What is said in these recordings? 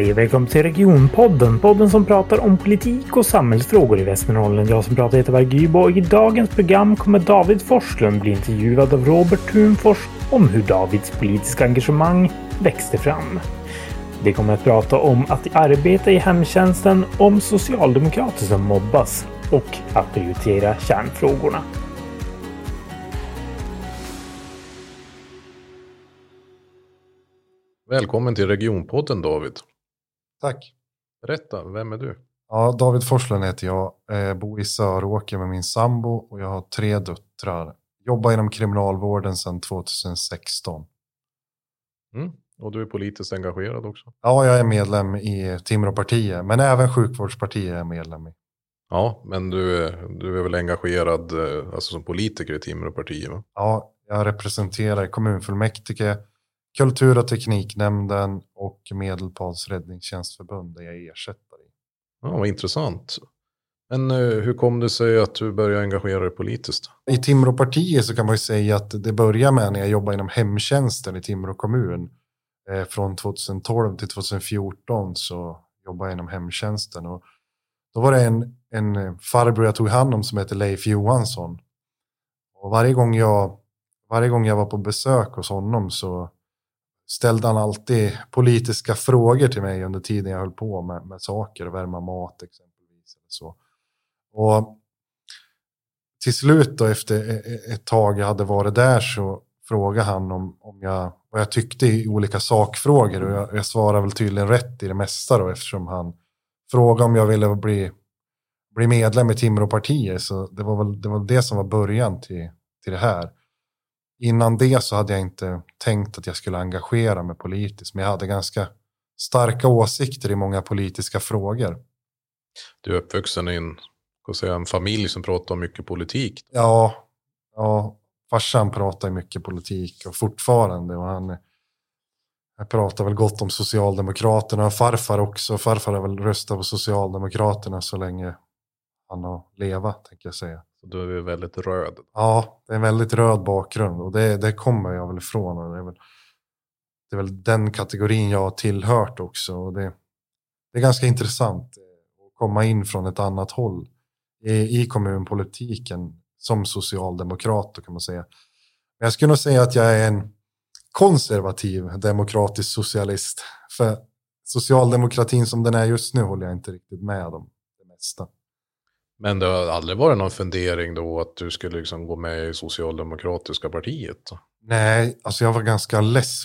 Hej och välkommen till Regionpodden, podden som pratar om politik och samhällsfrågor i Västernorrland. Jag som pratar heter Vargybo och i dagens program kommer David Forslund bli intervjuad av Robert Thunfors om hur Davids politiska engagemang växte fram. Det kommer att prata om att arbeta i hemtjänsten, om socialdemokrater som mobbas och att prioritera kärnfrågorna. Välkommen till Regionpodden, David. Tack. Berätta, vem är du? Ja, David Forslund heter jag. Bor i Söråker med min sambo och jag har 3 döttrar. Jobbar inom kriminalvården sedan 2016. Och du är politiskt engagerad också? Ja, jag är medlem i Timråpartiet, men även sjukvårdspartiet är jag medlem i. Ja, men du är väl engagerad alltså som politiker i Timråpartiet, va? Ja, jag representerar kommunfullmäktige, kultur- och tekniknämnden och Medelpads räddningstjänstförbund där jag är ersättare. Ja, vad intressant. Men hur kom det sig att du började engagera dig politiskt? I Timråpartiet så kan man ju säga att det börjar med när jag jobbade inom hemtjänsten i Timrå kommun. Från 2012 till 2014 så jobbade jag inom hemtjänsten. Och då var det en farbror jag tog hand om som heter Leif Johansson. Och varje gång jag var på besök hos honom så ställde han alltid politiska frågor till mig under tiden jag höll på med saker och värma mat exempelvis. Så. Och till slut då efter ett tag jag hade varit där så frågade han om vad jag tyckte i olika sakfrågor. Och jag svarade väl tydligen rätt i det mesta då eftersom han frågade om jag ville bli medlem i Timråpartiet. Så det var det som var början till det här. Innan det så hade jag inte tänkt att jag skulle engagera mig politiskt. Men jag hade ganska starka åsikter i många politiska frågor. Du är uppvuxen i en familj som pratar om mycket politik. Ja, farsan pratar mycket politik och fortfarande. Och han pratar väl gott om Socialdemokraterna och farfar också. Farfar har väl röstat på Socialdemokraterna så länge han har levat, tänker jag säga. Så du är väldigt röd. Ja, det är en väldigt röd bakgrund och det kommer jag väl ifrån. Och det är väl den kategorin jag har tillhört också. Och det är ganska intressant att komma in från ett annat håll i kommunpolitiken som socialdemokrat, kan man säga. Men jag skulle nog säga att jag är en konservativ demokratisk socialist. För socialdemokratin som den är just nu håller jag inte riktigt med om det mesta. Men det har aldrig varit någon fundering då att du skulle liksom gå med i Socialdemokratiska partiet? Nej, alltså jag var ganska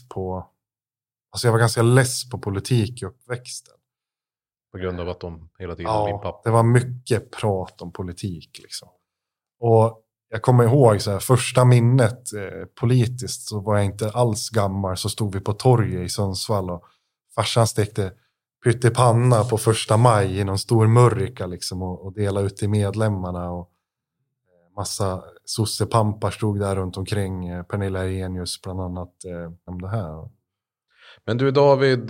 less på politik i uppväxten. På grund av att de hela tiden din pappa. Det var mycket prat om politik liksom. Och jag kommer ihåg så här, första minnet politiskt så var jag inte alls gammal. Så stod vi på torget i Sundsvall och farsan stekte pyttipanna på 1 maj i någon stor mörrika liksom och delade ut till medlemmarna och massa sossepampar stod där runt omkring. Pernilla Arrhenius bland annat om det här. Men du David,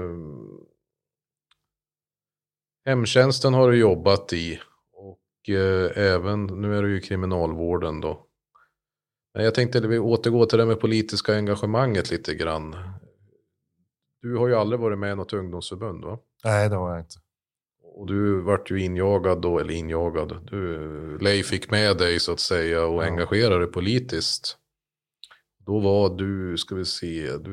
hemtjänsten har du jobbat i och även, nu är du ju kriminalvården då. Men jag tänkte att vi återgår till det med politiska engagemanget lite grann. Du har ju aldrig varit med i något ungdomsförbund, va? Nej, det var jag inte. Och du vart ju injagad då, eller injagad. Leif fick med dig så att säga och engagerade dig politiskt. Då var du, ska vi se, du är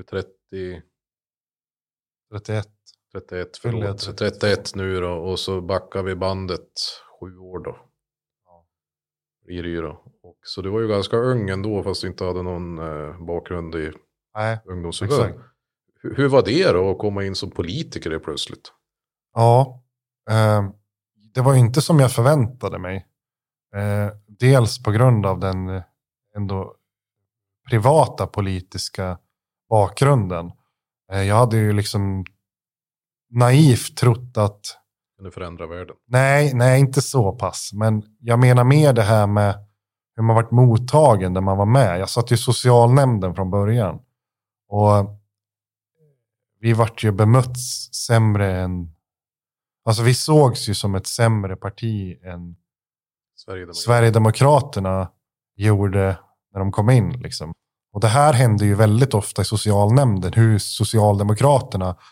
31 nu då. Och så backar vi bandet 7 år då. I det då. Och så du var ju ganska ung ändå fast du inte hade någon bakgrund i ungdomsförbund. Exakt. Hur var det då att komma in som politiker plötsligt? Ja, det var inte som jag förväntade mig. Dels på grund av den ändå privata politiska bakgrunden. Jag hade ju liksom naivt trott att... Kan du förändra världen? Nej, inte så pass. Men jag menar mer det här med hur man varit mottagen där man var med. Jag satt i socialnämnden från början. Och vi vart ju bemött sämre än... Alltså vi sågs ju som ett sämre parti än Sverigedemokraterna gjorde när de kom in liksom. Och det här hände ju väldigt ofta i socialnämnden. Hur Socialdemokraterna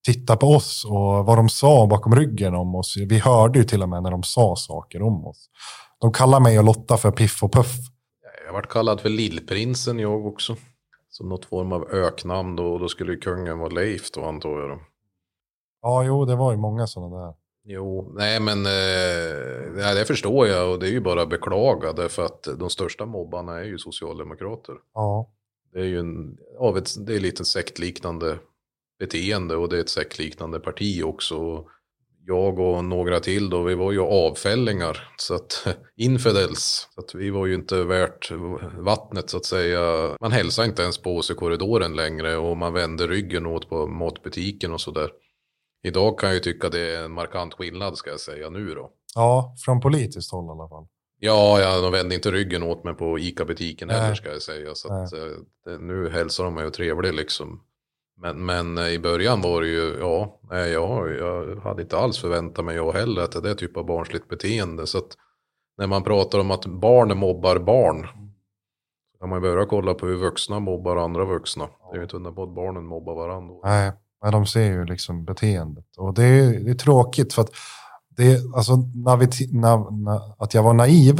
titta på oss och vad de sa bakom ryggen om oss. Vi hörde ju till och med när de sa saker om oss. De kallar mig och Lotta för Piff och Puff. Jag har varit kallad för Lillprinsen jag också. Som något form av öknamn då skulle ju kungen vara Leif då, antar jag då. Ja, jo, det var ju många sådana där. Jo, nej men det förstår jag och det är ju bara beklaga därför att de största mobbarna är ju socialdemokrater. Ja. Det är ju det är lite sektliknande beteende och det är ett sektliknande parti också. Jag och några till då, vi var ju avfällingar, så att infidels, så att vi var ju inte värt vattnet så att säga. Man hälsar inte ens på oss i korridoren längre och man vänder ryggen åt på matbutiken och sådär. Idag kan jag ju tycka det är en markant skillnad ska jag säga nu då. Ja, från politiskt håll i alla fall. Ja, de vänder inte ryggen åt mig på ICA-butiken heller ska jag säga. Så att, nu hälsar de mig ju trevligt liksom. Men i början var det ju, jag hade inte alls förväntat mig jag heller att det är typ av barnsligt beteende. Så att när man pratar om att barn mobbar barn, så kan man börja kolla på hur vuxna mobbar andra vuxna. Det är ju inte underbart att barnen mobbar varandra. Nej, de ser ju liksom beteendet. Och det är tråkigt för att alltså, att jag var naiv.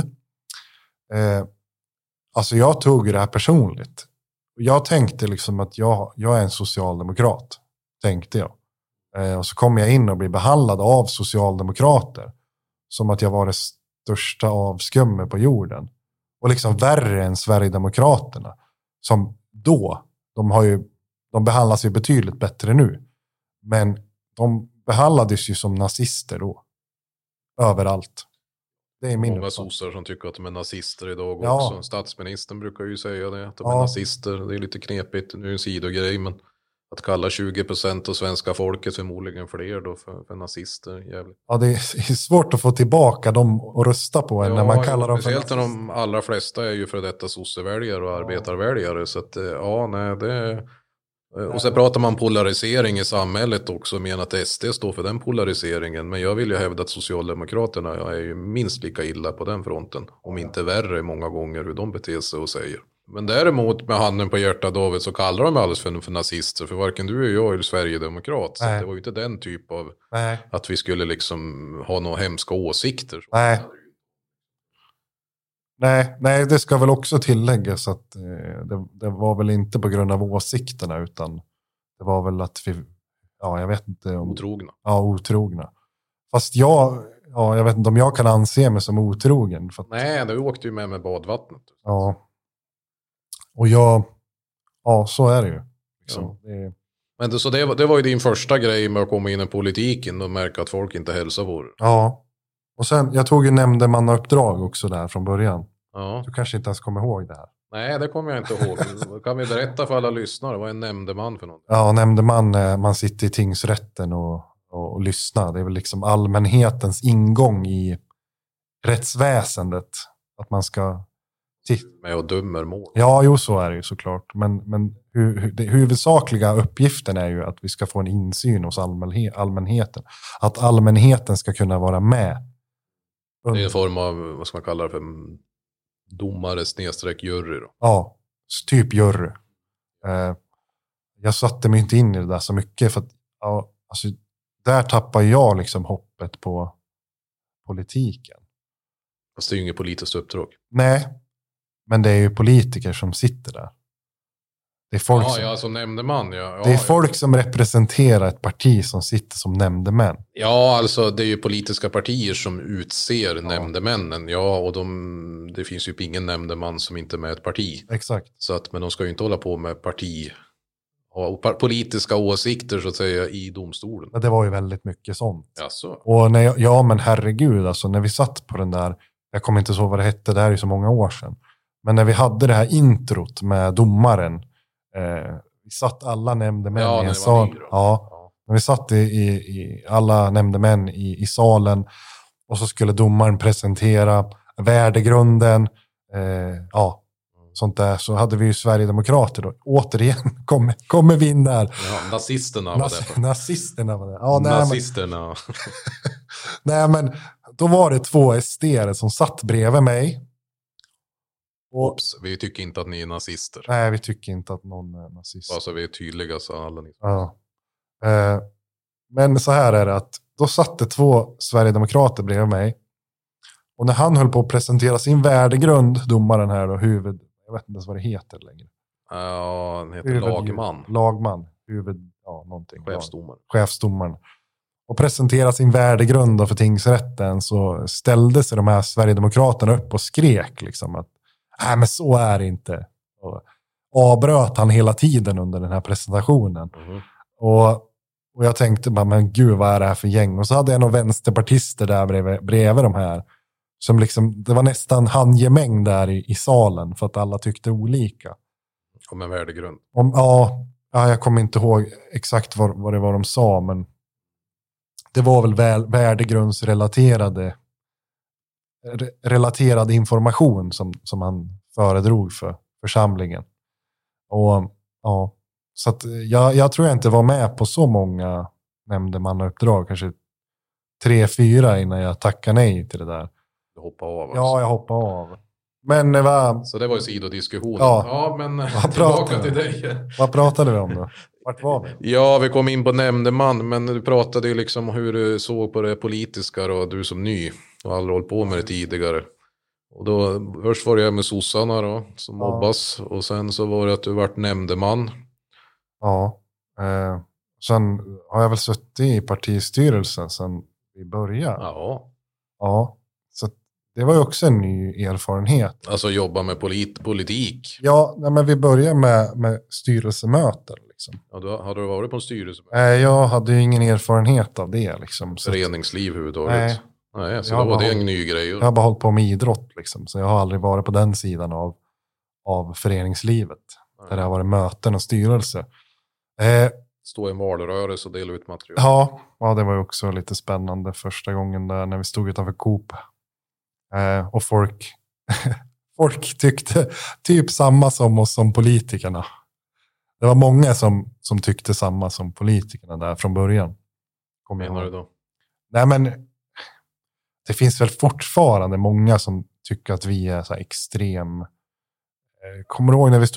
Alltså jag tog det här personligt. Jag tänkte liksom att jag är en socialdemokrat, tänkte jag. Och så kom jag in och blev behandlad av socialdemokrater. Som att jag var det största avskummet på jorden. Och liksom värre än Sverigedemokraterna. Som då, de behandlas ju betydligt bättre nu. Men de behandlades ju som nazister då. Överallt. Det är många sossar som tycker att de är nazister idag också. Statsministern brukar ju säga det, att de är nazister. Det är lite knepigt, nu är det en sidogrej, men att kalla 20% av svenska folket, förmodligen fler då, för nazister. Jävligt. Ja, det är svårt att få tillbaka dem och rösta på en när man kallar dem för nazister. Speciellt när de allra flesta är ju för detta sosseväljare och arbetarväljare. Så att det. Och så pratar man polarisering i samhället också, menar att SD står för den polariseringen. Men jag vill ju hävda att Socialdemokraterna är ju minst lika illa på den fronten. Om inte värre många gånger hur de beter sig och säger. Men däremot med handen på hjärtat David så kallar de alldeles för nazister. För varken du och jag är Sverigedemokrat. Så det var ju inte den typ av att vi skulle liksom ha några hemska åsikter. Nej, det ska väl också tilläggas att det var väl inte på grund av åsikterna utan det var väl att vi, jag vet inte om... Otrogna. Ja, otrogna. Fast jag vet inte om jag kan anse mig som otrogen. För att, nej, du åkte ju med badvattnet. Ja. Och så är det ju. Liksom. Ja. Men så det var ju din första grej med att komma in i politiken och märka att folk inte hälsar på dig. Ja. Och sen, jag tog ju nämndemannauppdrag också där från början. Ja. Du kanske inte ens kommer ihåg det här. Nej, det kommer jag inte ihåg. Kan vi berätta för alla lyssnare, vad är en nämndeman för något? Ja, nämndeman, man sitter i tingsrätten och lyssnar. Det är väl liksom allmänhetens ingång i rättsväsendet. Att man ska... Med och dömer mål. Ja, jo, så är det ju såklart. Men det huvudsakliga uppgiften är ju att vi ska få en insyn hos allmänheten. Att allmänheten ska kunna vara med. Det är en form av, vad ska man kalla det för, domare / jury då. Ja, typ jury. Jag satte mig inte in i det där så mycket för att alltså, där tappar jag liksom hoppet på politiken. Fast det är ju inget politiskt uppdrag. Nej, men det är ju politiker som sitter där. Det är folk som nämndeman. Ja, det är folk som representerar ett parti som sitter som nämndemän. Ja, alltså det är ju politiska partier som utser nämndemännen. Ja, och det finns ju ingen nämndeman som inte är med ett parti. Exakt. Så att, men de ska ju inte hålla på med politiska åsikter så att säga i domstolen. Men det var ju väldigt mycket sånt. Jaså. Och men herregud, alltså när vi satt på den där, jag kommer inte ihåg vad det hette, det här är så många år sedan. Men när vi hade det här introt med domaren, vi satt alla nämndemän i en sal. När vi satt i alla nämndemän i salen och så skulle domaren presentera värdegrunden, sånt där, så hade vi ju Sverigedemokrater då. Återigen kommer vi in där. Ja, nazisterna var det. Nazisterna var det. Ja, nazisterna. Nej, men då var det 2 SD:are som satt bredvid mig. Vi tycker inte att ni är nazister. Nej, vi tycker inte att någon är nazist. Alltså vi är tydliga så alla ni. Ja. Men så här är det att då satt det 2 sverigedemokrater bredvid mig. Och när han höll på att presentera sin värdegrund, domaren här då, jag vet inte ens vad det heter längre. Ja, han heter lagman. Lagman, någonting. Chefsdomaren. Och presentera sin värdegrund då för tingsrätten, så ställde sig de här sverigedemokraterna upp och skrek liksom att nej, men så är det inte. Och avbröt han hela tiden under den här presentationen. Och jag tänkte bara, men gud, vad är det här för gäng? Och så hade jag några vänsterpartister där bredvid de här. Som liksom, det var nästan handgemäng där i salen för att alla tyckte olika. Om en värdegrund. Ja, jag kommer inte ihåg exakt vad det var de sa, men det var väl värdegrundsrelaterad information som han föredrog för församlingen. Och ja, så att jag tror jag inte var med på så många nämndemannauppdrag, kanske 3-4 innan jag tackade nej till det där. Du hoppade av? Alltså. Ja, jag hoppade av. Men så det var ju sidodiskussionen. Ja, men tillbaka till dig. Vad pratade vi om då? Vart var vi? Ja, vi kom in på nämndeman, men du pratade ju liksom hur du såg på det politiska och du som ny och aldrig hållit på med det tidigare. Och då först var det med sossarna då, som mobbas, och sen så var det att du vart nämndeman. Ja, sen har jag väl suttit i partistyrelsen sen vi började. Ja, så det var ju också en ny erfarenhet. Alltså jobba med politik. Ja, men vi började med styrelsemöten. Liksom. Ja, hade du varit på en styrelse? Jag hade ju ingen erfarenhet av det. Liksom, föreningsliv överhuvudtaget? Nej, så då var det en ny grej. Jag har bara hållit på med idrott. Liksom, så jag har aldrig varit på den sidan av föreningslivet. Nej. Där det har varit möten och styrelse. Stå i en valrörelse och dela ut material. Ja, det var ju också lite spännande första gången där när vi stod utanför Coop. Och folk tyckte typ samma som oss som politikerna. Det var många som tyckte samma som politikerna där från början. Vad menar du då? Nej, men det finns väl fortfarande många som tycker att vi är så här extrem. Kommer du ihåg när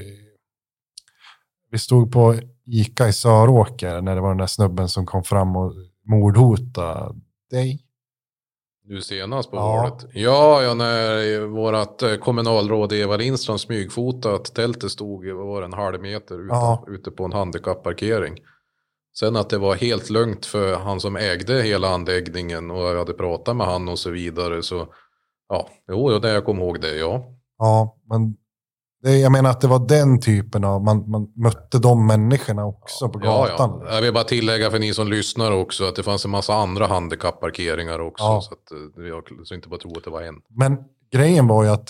vi stod på Ica i Söråker när det var den där snubben som kom fram och mordhotade dig? Du senast på valet. Ja, när vårat kommunalråd Eva Lindström smygfotade att tältet stod var en halv meter ute på en handikappparkering. Sen att det var helt lugnt för han som ägde hela anläggningen och jag hade pratat med han och så vidare. Så det jag kom ihåg det, ja. Ja, men jag menar att det var den typen av, man mötte de människorna också på gatan. Ja. Jag vill bara tillägga för ni som lyssnar också att det fanns en massa andra handikappparkeringar också. Ja. Så inte bara tro att det var en. Men grejen var ju att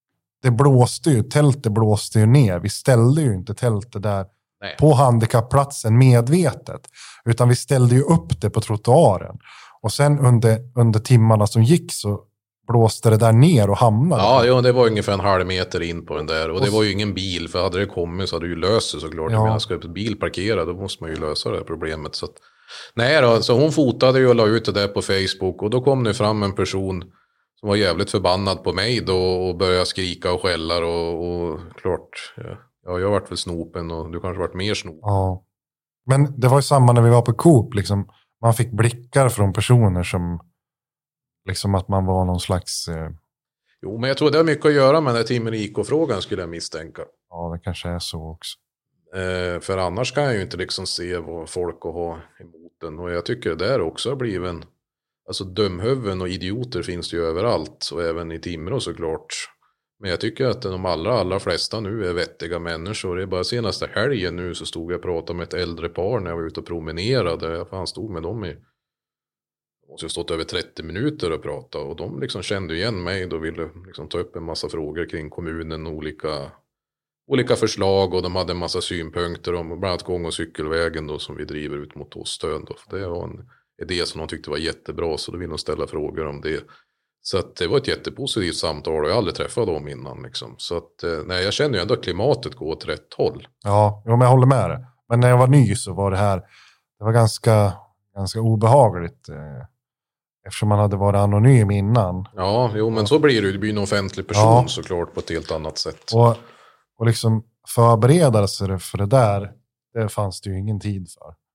tältet blåste ju ner. Vi ställde ju inte tältet där på handikappplatsen medvetet. Utan vi ställde ju upp det på trottoaren. Och sen under timmarna som gick så blåste det där ner och hamnade. Ja, det var ungefär en halv meter in på den där. Och det var ju ingen bil, för hade det kommit så hade det ju löst sig såklart. Ja. Men ska en bil parkera, då måste man ju lösa det här problemet. Så så hon fotade ju och la ut det där på Facebook. Och då kom det fram en person som var jävligt förbannad på mig då och började skrika och skälla. Och klart, jag varit väl snopen och du kanske varit mer snopen. Ja, men det var ju samma när vi var på Coop. Liksom, man fick blickar från personer som liksom att man var någon slags... Jo, men jag tror det har mycket att göra med den här Timmer IK-frågan skulle jag misstänka. Ja, det kanske är så också. För annars kan jag ju inte liksom se vad folk har emot den. Och jag tycker det där också har blivit en... Alltså dömhövuden och idioter finns det ju överallt. Och även i Timrå såklart. Men jag tycker att de allra flesta nu är vettiga människor. Det är bara senaste helgen nu så stod jag och pratade med ett äldre par när jag var ute och promenerade. Han stod med dem i... måste ha stått över 30 minuter och prata och de liksom kände igen mig och ville liksom ta upp en massa frågor kring kommunen och olika förslag och de hade en massa synpunkter om bland annat gång- och cykelvägen då som vi driver ut mot Åstön då. Det var en idé som de tyckte var jättebra så då ville de ställa frågor om det. Så att det var ett jättepositivt samtal och jag har aldrig träffat dem innan liksom. Så att jag känner ju ändå att klimatet går åt rätt håll. Ja, men jag håller med dig. Men när jag var ny så var det var ganska obehagligt. Eftersom man hade varit anonym innan. Ja, men så blir det ju. Det blir en offentlig person såklart på ett helt annat sätt. Och liksom förbereda sig för det där, det fanns det ju ingen tid för.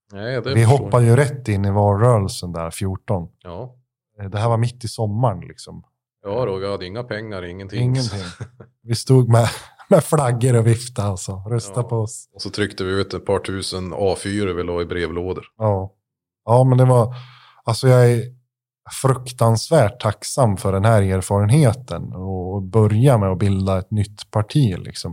Nej, vi hoppar ju rätt in i valrörelsen där 14. Ja. Det här var mitt i sommaren liksom. Ja då, vi hade inga pengar, ingenting. Ingenting. Vi stod med flaggor och vifta och så. Rösta på oss. Och så tryckte vi ut ett par tusen A4 vi la i brevlådor. Ja, men det var... Alltså jag är fruktansvärt tacksam för den här erfarenheten. Och börja med att bilda ett nytt parti liksom.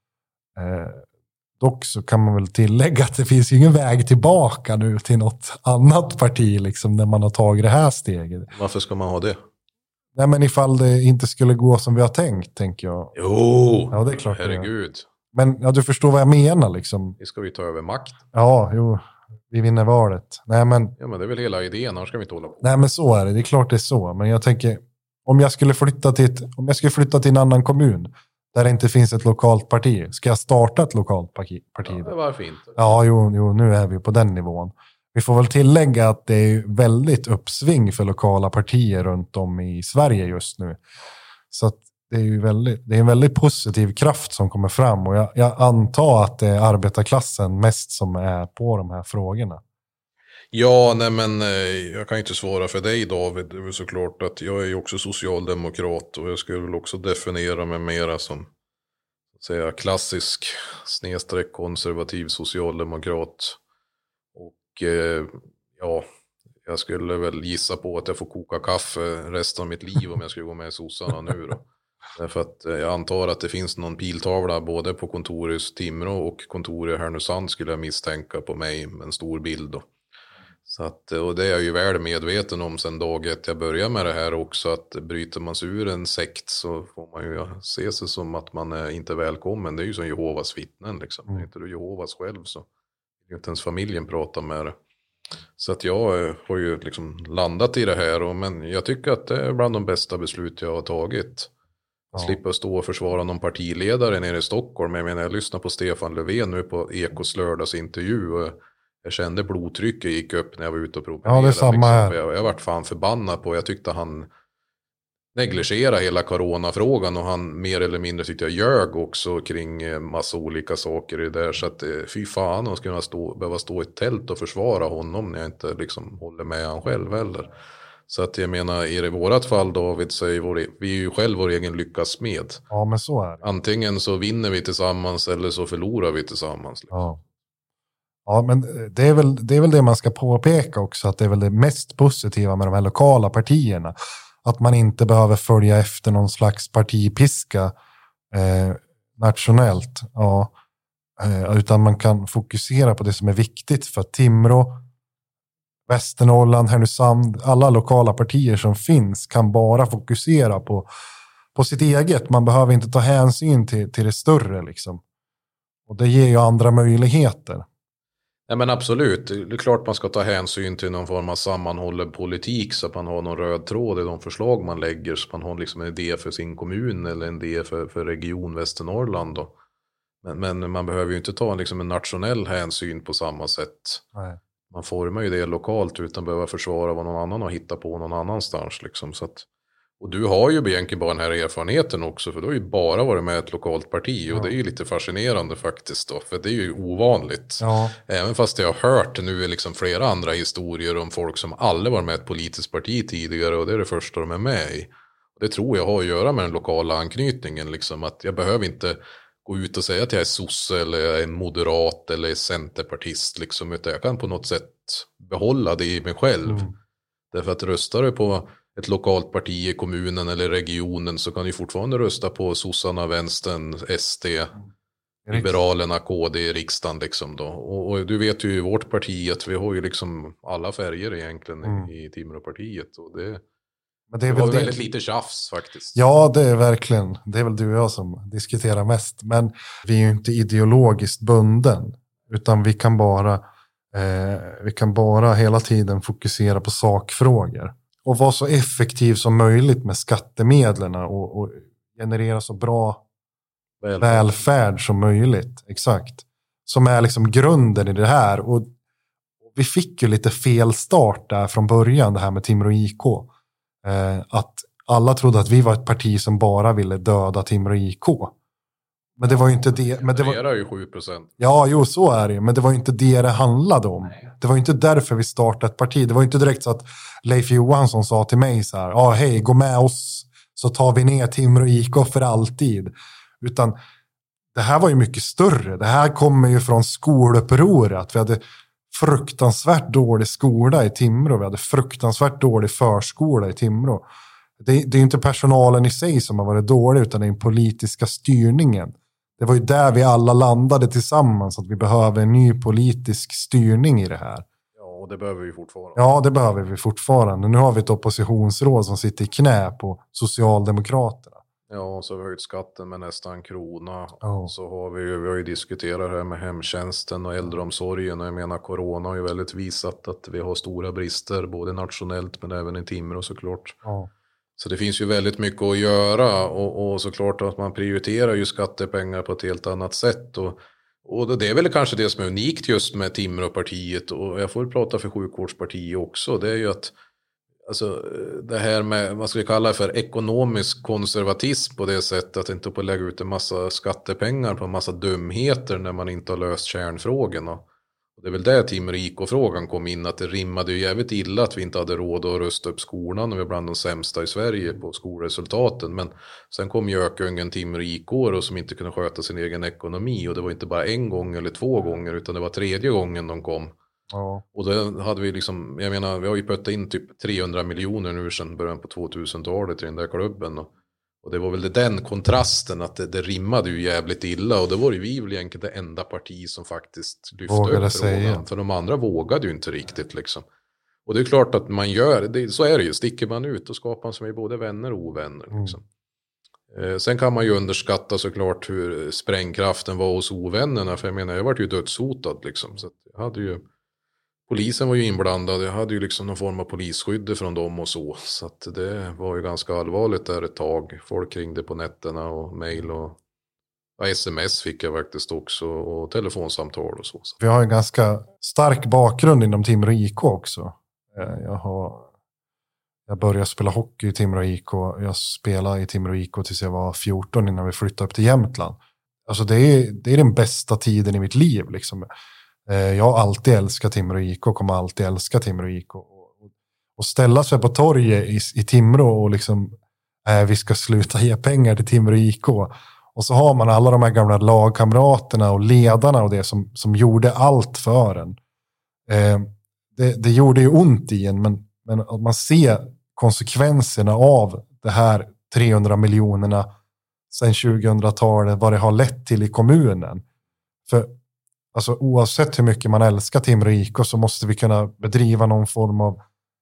Dock så kan man väl tillägga att det finns ju ingen väg tillbaka nu till något annat parti liksom, när man har tagit det här steget. Varför ska man ha det? Nej, men ifall det inte skulle gå som vi har tänkt, tänker jag. Jo, ja, det är klart. herregud. Men ja, du förstår vad jag menar liksom. Det ska vi ta över makt. Ja, jo. Vi vinner valet. Nej, men... Ja, men det är väl hela idén, annars ska vi inte hålla på. Nej, men så är det. Det är klart det är så. Men jag tänker, om jag skulle flytta till en annan kommun där det inte finns ett lokalt parti, ska jag starta ett lokalt parti? Ja, varför inte? Ja, jo, nu är vi på den nivån. Vi får väl tillägga att det är väldigt uppsving för lokala partier runt om i Sverige just nu. Så att det är ju det är en väldigt positiv kraft som kommer fram. Och jag antar att det är arbetarklassen mest som är på de här frågorna. Ja, nej men jag kan inte svara för dig, David. Det är såklart att jag är ju också socialdemokrat. Och jag skulle väl också definiera mig mera som säga, klassisk / konservativ socialdemokrat. Och ja, jag skulle väl gissa på att jag får koka kaffe resten av mitt liv om jag skulle gå med i sossarna nu då. Därför att jag antar att det finns någon piltavla både på kontoret i Timrå och kontoret i Härnösand skulle jag misstänka på mig med en stor bild då. Så att, och det är jag ju väl medveten om sen dag ett jag börjar med det här också, att bryter man sig ur en sekt så får man ju se sig som att man är inte välkommen. Det är ju som Jehovas vittnen liksom. Är inte du Jehovas själv så vill inte ens familjen prata med det. Så att jag har ju liksom landat i det här, men jag tycker att det är bland de bästa beslut jag har tagit. Ja. Slippa stå och försvara någon partiledare nere i Stockholm. Jag menar, jag lyssnade på Stefan Löfven nu på Ekos lördagsintervju och jag kände blodtrycket gick upp när jag var ute och promenerade. Ja, det är samma här. Jag varit fan förbannad på. Jag tyckte han negligerade hela coronafrågan och han mer eller mindre tyckte jag ljög också kring massa olika saker i det där. Så att fy fan, han skulle behöva stå i ett tält och försvara honom när jag inte liksom håller med han själv heller. Så att jag menar, i vårat fall David, så är vi är ju själv vår egen lyckas med. Ja, men så är det. Antingen så vinner vi tillsammans eller så förlorar vi tillsammans. Liksom. Ja, men det är väl det man ska påpeka också, att det är väl det mest positiva med de här lokala partierna. Att man inte behöver följa efter någon slags partipiska nationellt. Ja, utan man kan fokusera på det som är viktigt för Timrå, Västernorrland, Härnösand. Alla lokala partier som finns kan bara fokusera på sitt eget. Man behöver inte ta hänsyn till det större liksom. Och det ger ju andra möjligheter. Nej, men absolut, det är klart man ska ta hänsyn till någon form av sammanhållen politik så att man har någon röd tråd i de förslag man lägger, så man har liksom en idé för sin kommun eller en idé för region Västernorrland då. Men man behöver ju inte ta liksom en nationell hänsyn på samma sätt. Nej. Man formar ju det lokalt utan att behöva försvara vad någon annan har hittat på någon annanstans liksom. Så att, och du har ju egentligen bara den här erfarenheten också, för du har ju bara varit med i ett lokalt parti och det är ju lite fascinerande faktiskt då, för det är ju ovanligt. Ja. Även fast jag har hört nu liksom flera andra historier om folk som aldrig varit med i ett politiskt parti tidigare och det är det första de är med i. Och det tror jag har att göra med den lokala anknytningen liksom, att jag behöver inte gå ut och säga att jag är sosse eller jag är en moderat eller är centerpartist liksom, utan jag kan på något sätt behålla det i mig själv. Därför att röstar du på ett lokalt parti i kommunen eller regionen så kan du fortfarande rösta på sossarna, vänstern, SD, liberalerna, KD i riksdagen liksom då. Och du vet ju i vårt parti att vi har ju liksom alla färger egentligen i Timråpartiet och det är väl väldigt lite tjafs faktiskt. Ja, det är verkligen. Det är väl du och jag som diskuterar mest. Men vi är ju inte ideologiskt bunden. Utan vi kan bara hela tiden fokusera på sakfrågor. Och vara så effektiv som möjligt med skattemedlen och generera så bra välfärd som möjligt. Exakt. Som är liksom grunden i det här. Och vi fick ju lite fel start där från början, det här med Timrå IK. Att alla trodde att vi var ett parti som bara ville döda Timrå IK. Men det var ju inte det. Men det var ju 7%. Ja, jo, så är det. Men det var ju inte det handlade om. Nej. Det var ju inte därför vi startade ett parti. Det var ju inte direkt så att Leif Johansson sa till mig så här: hej, gå med oss så tar vi ner Timrå IK för alltid. Utan det här var ju mycket större. Det här kommer ju från skolupproret. Vi hade fruktansvärt dålig skola i Timrå. Vi hade fruktansvärt dålig förskola i Timrå. Det är inte personalen i sig som har varit dålig, utan det är den politiska styrningen. Det var ju där vi alla landade tillsammans, att vi behöver en ny politisk styrning i det här. Ja, och det behöver vi fortfarande. Ja, det behöver vi fortfarande. Nu har vi ett oppositionsråd som sitter i knä på Socialdemokraterna. Ja, så har vi höjt skatten med nästan 1 krona. Och så har vi har ju diskuterat det här med hemtjänsten och äldreomsorgen. Och jag menar, corona har ju väldigt visat att vi har stora brister, både nationellt men även i Timrå såklart. Ja. Så det finns ju väldigt mycket att göra, och såklart att man prioriterar ju skattepengar på ett helt annat sätt. Och det är väl kanske det som är unikt just med Timråpartiet, och jag får prata för sjukvårdspartiet också. Det är ju att alltså, det här med, vad ska vi kalla det för, ekonomisk konservatism på det sättet att inte på lägga ut en massa skattepengar på en massa dumheter när man inte har löst kärnfrågorna. Och det är väl där Timrå IK-frågan kom in, att det rimmade ju jävligt illa att vi inte hade råd att rusta upp skolan, och vi är bland de sämsta i Sverige på skolresultaten. Men sen kom gökungen Timrå IK och som inte kunde sköta sin egen ekonomi, och det var inte bara 1 gång eller 2 gånger, utan det var 3:e gången de kom. Ja. Och då hade vi liksom, jag menar, vi har ju puttat in typ 300 miljoner nu sedan början på 2000-talet i den där klubben. Och det var väl den kontrasten, att det rimmade ju jävligt illa. Och det var ju vi väl egentligen det enda parti som faktiskt lyfte upp frågan. För de andra vågade ju inte riktigt liksom. Och det är klart att man gör, så är det ju. Sticker man ut och skapar man sig både vänner och ovänner liksom. Sen kan man ju underskatta såklart hur sprängkraften var hos ovännerna. För jag menar, jag var ju dödshotad liksom. Så jag hade ju... Polisen var ju inblandad, jag hade ju liksom någon form av polisskydd från dem och så. Så att det var ju ganska allvarligt där ett tag. Folk ringde på nätterna och mejl och sms fick jag faktiskt också, och telefonsamtal och så. Vi har en ganska stark bakgrund inom Timrå IK också. Jag började spela hockey i Timrå IK. Jag spelade i Timrå IK tills jag var 14 innan vi flyttade upp till Jämtland. Alltså det är den bästa tiden i mitt liv liksom. Jag har alltid älskat Timrå IK och kommer alltid älska Timrå IK. Och ställa sig på torget i Timrå och liksom vi ska sluta ge pengar till Timrå IK. Och så har man alla de här gamla lagkamraterna och ledarna och det som gjorde allt för en. Det gjorde ju ont i en, men att man ser konsekvenserna av det här 300 miljonerna sedan 2000-talet, vad det har lett till i kommunen. För alltså, oavsett hur mycket man älskar Timrå IK så måste vi kunna bedriva någon form av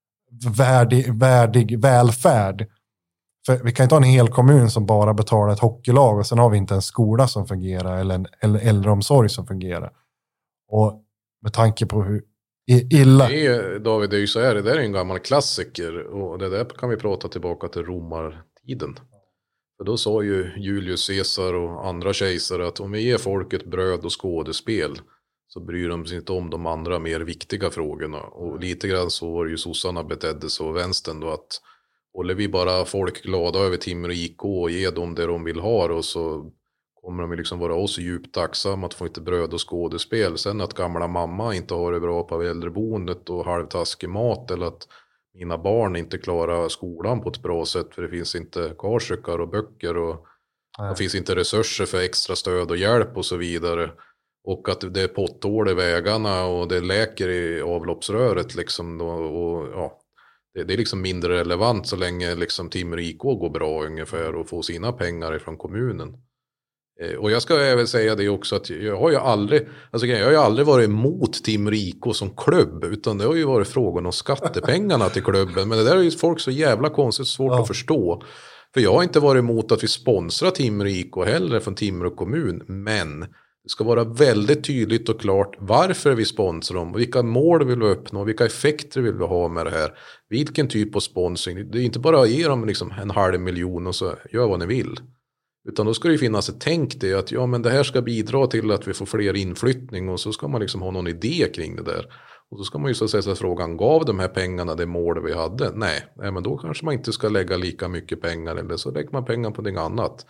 värdig välfärd. För vi kan inte ha en hel kommun som bara betalar ett hockeylag och sen har vi inte en skola som fungerar eller en äldreomsorg som fungerar. Och med tanke på hur illa... David, det är ju så här, det där är en gammal klassiker, och det där kan vi prata tillbaka till romartiden. För då sa ju Julius Caesar och andra kejsare att om vi ger folket bröd och skådespel så bryr de sig inte om de andra mer viktiga frågorna. Och lite grann så var ju sossarna betedde sig och vänstern då, att håller vi bara folk glada över Timrå IK och ge dem det de vill ha, och så kommer de liksom vara oss djupt tacksamma att få lite bröd och skådespel. Sen att gamla mamma inte har det bra på äldreboendet och halvtaskig mat, eller att mina barn inte klarar skolan på ett bra sätt för det finns inte karsökar och böcker och det finns inte resurser för extra stöd och hjälp och så vidare. Och att det är potthål i vägarna och det läker i avloppsröret liksom då, och ja, det är liksom mindre relevant så länge liksom Timrå IK går bra ungefär och får sina pengar från kommunen. Och jag ska även säga det också att jag har ju aldrig varit emot Timrå IK som klubb, utan det har ju varit frågan om skattepengarna till klubben. Men det där är ju folk så jävla konstigt svårt att förstå. För jag har inte varit emot att vi sponsrar Timrå IK heller från Timrå kommun, men det ska vara väldigt tydligt och klart varför vi sponsrar dem, vilka mål vill vi uppnå, vilka effekter vill vi ha med det här, vilken typ av sponsring. Det är inte bara att ge dem liksom 500 000 och så gör vad ni vill. Utan då ska det ju finnas ett tänk det att ja, men det här ska bidra till att vi får fler inflyttning, och så ska man liksom ha någon idé kring det där. Och så ska man ju så säga frågan, gav de här pengarna det mål vi hade? Nej, men då kanske man inte ska lägga lika mycket pengar, eller så lägger man pengar på något annat.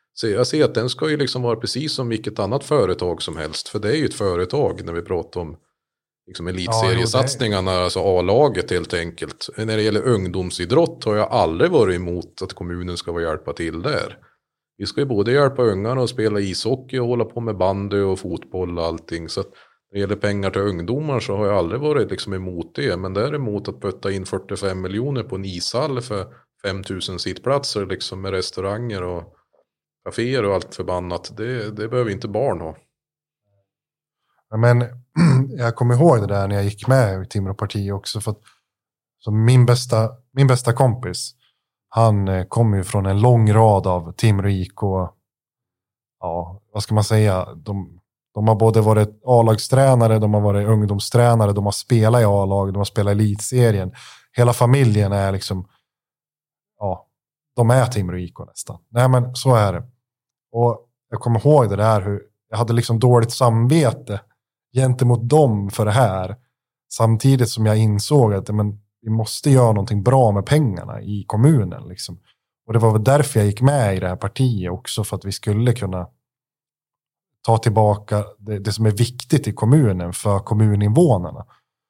Så jag ser att den ska ju liksom vara precis som vilket annat företag som helst. För det är ju ett företag när vi pratar om liksom elitseriesatsningarna, alltså A-laget helt enkelt. När det gäller ungdomsidrott har jag aldrig varit emot att kommunen ska vara hjälpa till där. Vi ska ju både hjälpa ungarna att spela ishockey och hålla på med bandy och fotboll och allting. Så att när det gäller pengar till ungdomar så har jag aldrig varit liksom emot det. Men däremot att putta in 45 miljoner på en ishall för 5 000 sittplatser liksom med restauranger och kaféer och allt förbannat. Det behöver inte barn ha. Men jag kommer ihåg det där när jag gick med i Timrå-parti också. För att, så min bästa kompis, han kommer ju från en lång rad av Timrå IK. Ja, vad ska man säga? De har både varit A-lagstränare, de har varit ungdomstränare, de har spelat i A-lag, de har spelat i elitserien. Hela familjen är liksom, ja, de är Timrå IK nästan. Nej, men så är det. Och jag kommer ihåg det där hur jag hade liksom dåligt samvete gentemot dem för det här. Samtidigt som jag insåg att vi måste göra någonting bra med pengarna i kommunen. Liksom. Och det var väl därför jag gick med i det här partiet också. För att vi skulle kunna ta tillbaka det som är viktigt i kommunen för kommuninvånarna.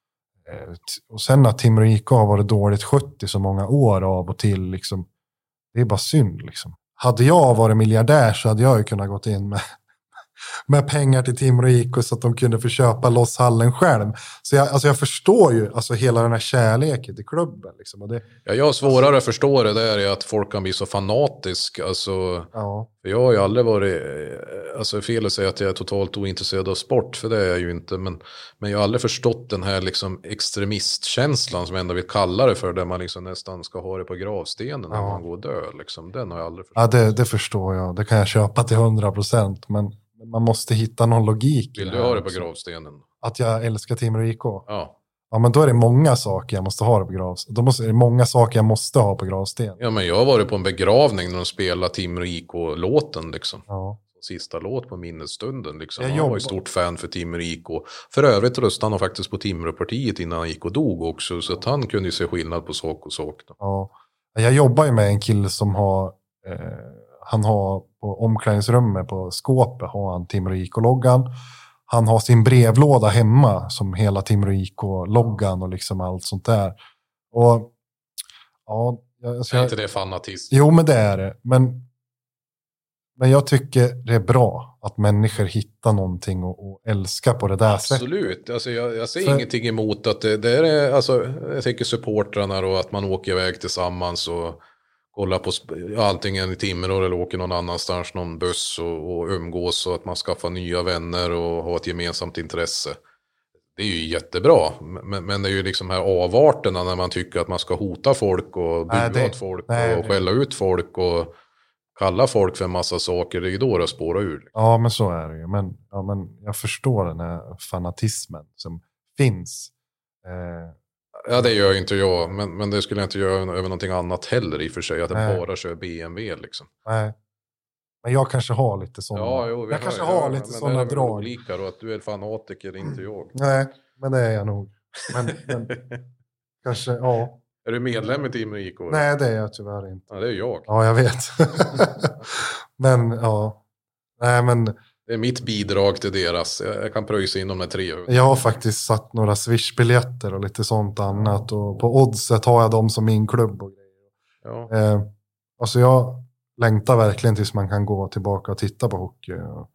Och sen att Timrå IK har varit dåligt skött i så många år av och till. Liksom, det är bara synd. Liksom. Hade jag varit miljardär så hade jag ju kunnat gått in med pengar till Timrå IK så att de kunde få köpa loss hallen själv. Så jag förstår ju alltså hela den här kärleken till klubben. Liksom. Och det, jag har svårare att förstå det där är att folk kan bli så fanatisk. Alltså, för jag har ju aldrig varit, alltså fel att säga att jag är totalt ointresserad av sport, för det är jag ju inte. Men jag har aldrig förstått den här liksom extremistkänslan som jag ändå vill kalla det för, där man liksom nästan ska ha det på gravstenen när man går och dör. Liksom. Den har jag aldrig förstått. Ja, det förstår jag. Det kan jag köpa till 100%. Men man måste hitta någon logik. Vill du ha det på gravstenen? Att jag älskar Timrå IK? Ja. Ja, men då är det många saker jag måste ha det på gravstenen. Då är det många saker jag måste ha på gravstenen. Ja, men jag har varit på en begravning när de spelar Timrå IK-låten liksom. Ja. Sista låt på minnesstunden liksom. Jag var ju stort fan för Timrå IK. För övrigt röstade han faktiskt på Timrå-partiet innan han gick och dog också. Så att han kunde ju se skillnad på sak och sak. Då. Ja. Jag jobbar ju med en kille som har... han har på omklädningsrummet på skåpet har han Timrå IK-loggan. Han har sin brevlåda hemma som hela Timrå IK-loggan och liksom allt sånt där. Och ja, är inte det fanatism? Jo, men det är det. Men jag tycker det är bra att människor hittar någonting och älskar på det där sättet. Absolut. Alltså jag ser ingenting emot att det är, alltså, jag tänker supportrarna och att man åker iväg tillsammans och kolla på antingen i Timrå eller åker någon annanstans, någon buss och umgås och att man skaffar nya vänner och har ett gemensamt intresse. Det är ju jättebra, men det är ju liksom här avarterna när man tycker att man ska hota folk och bua åt folk och skälla ut folk och kalla folk för en massa saker. Det är ju då det spårar ur. Ja, men så är det ju. Men jag förstår den här fanatismen som finns. Ja, det gör inte jag. Men det skulle jag inte göra över någonting annat heller i och för sig. Att den bara kör BMW liksom. Nej. Men jag kanske har lite sådana. Ja, jag kanske har lite sådana drag. Olika då, att du är fanatiker, inte jag. Nej, men det är jag nog. Men kanske, ja. Är du medlem i Timrå IK? Nej, det är jag tyvärr inte. Ja, det är jag. Ja, jag vet. Men, ja. Nej, men... Det är mitt bidrag till deras. Jag kan pröjsa in de här 300. Jag har faktiskt satt några Swish-biljetter och lite sånt annat. Och på Oddset har jag dem som min klubb och grejer. Ja. Alltså jag längtar verkligen tills man kan gå tillbaka och titta på hockey.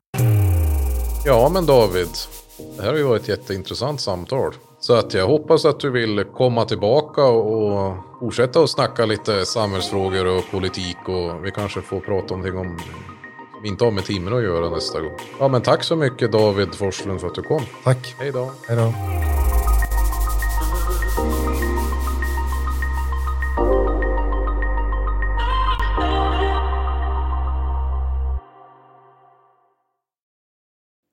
Ja, men David. Det här har ju varit ett jätteintressant samtal. Så att jag hoppas att du vill komma tillbaka och fortsätta att snacka lite samhällsfrågor och politik. Och vi kanske får prata om någonting om... inte har med Timrå att göra nästa gång. Ja, men tack så mycket David Forslund för att du kom. Tack. Hej då. Hej då.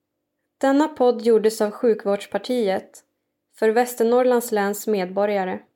Denna podd gjordes av Sjukvårdspartiet för Västernorrlands läns medborgare.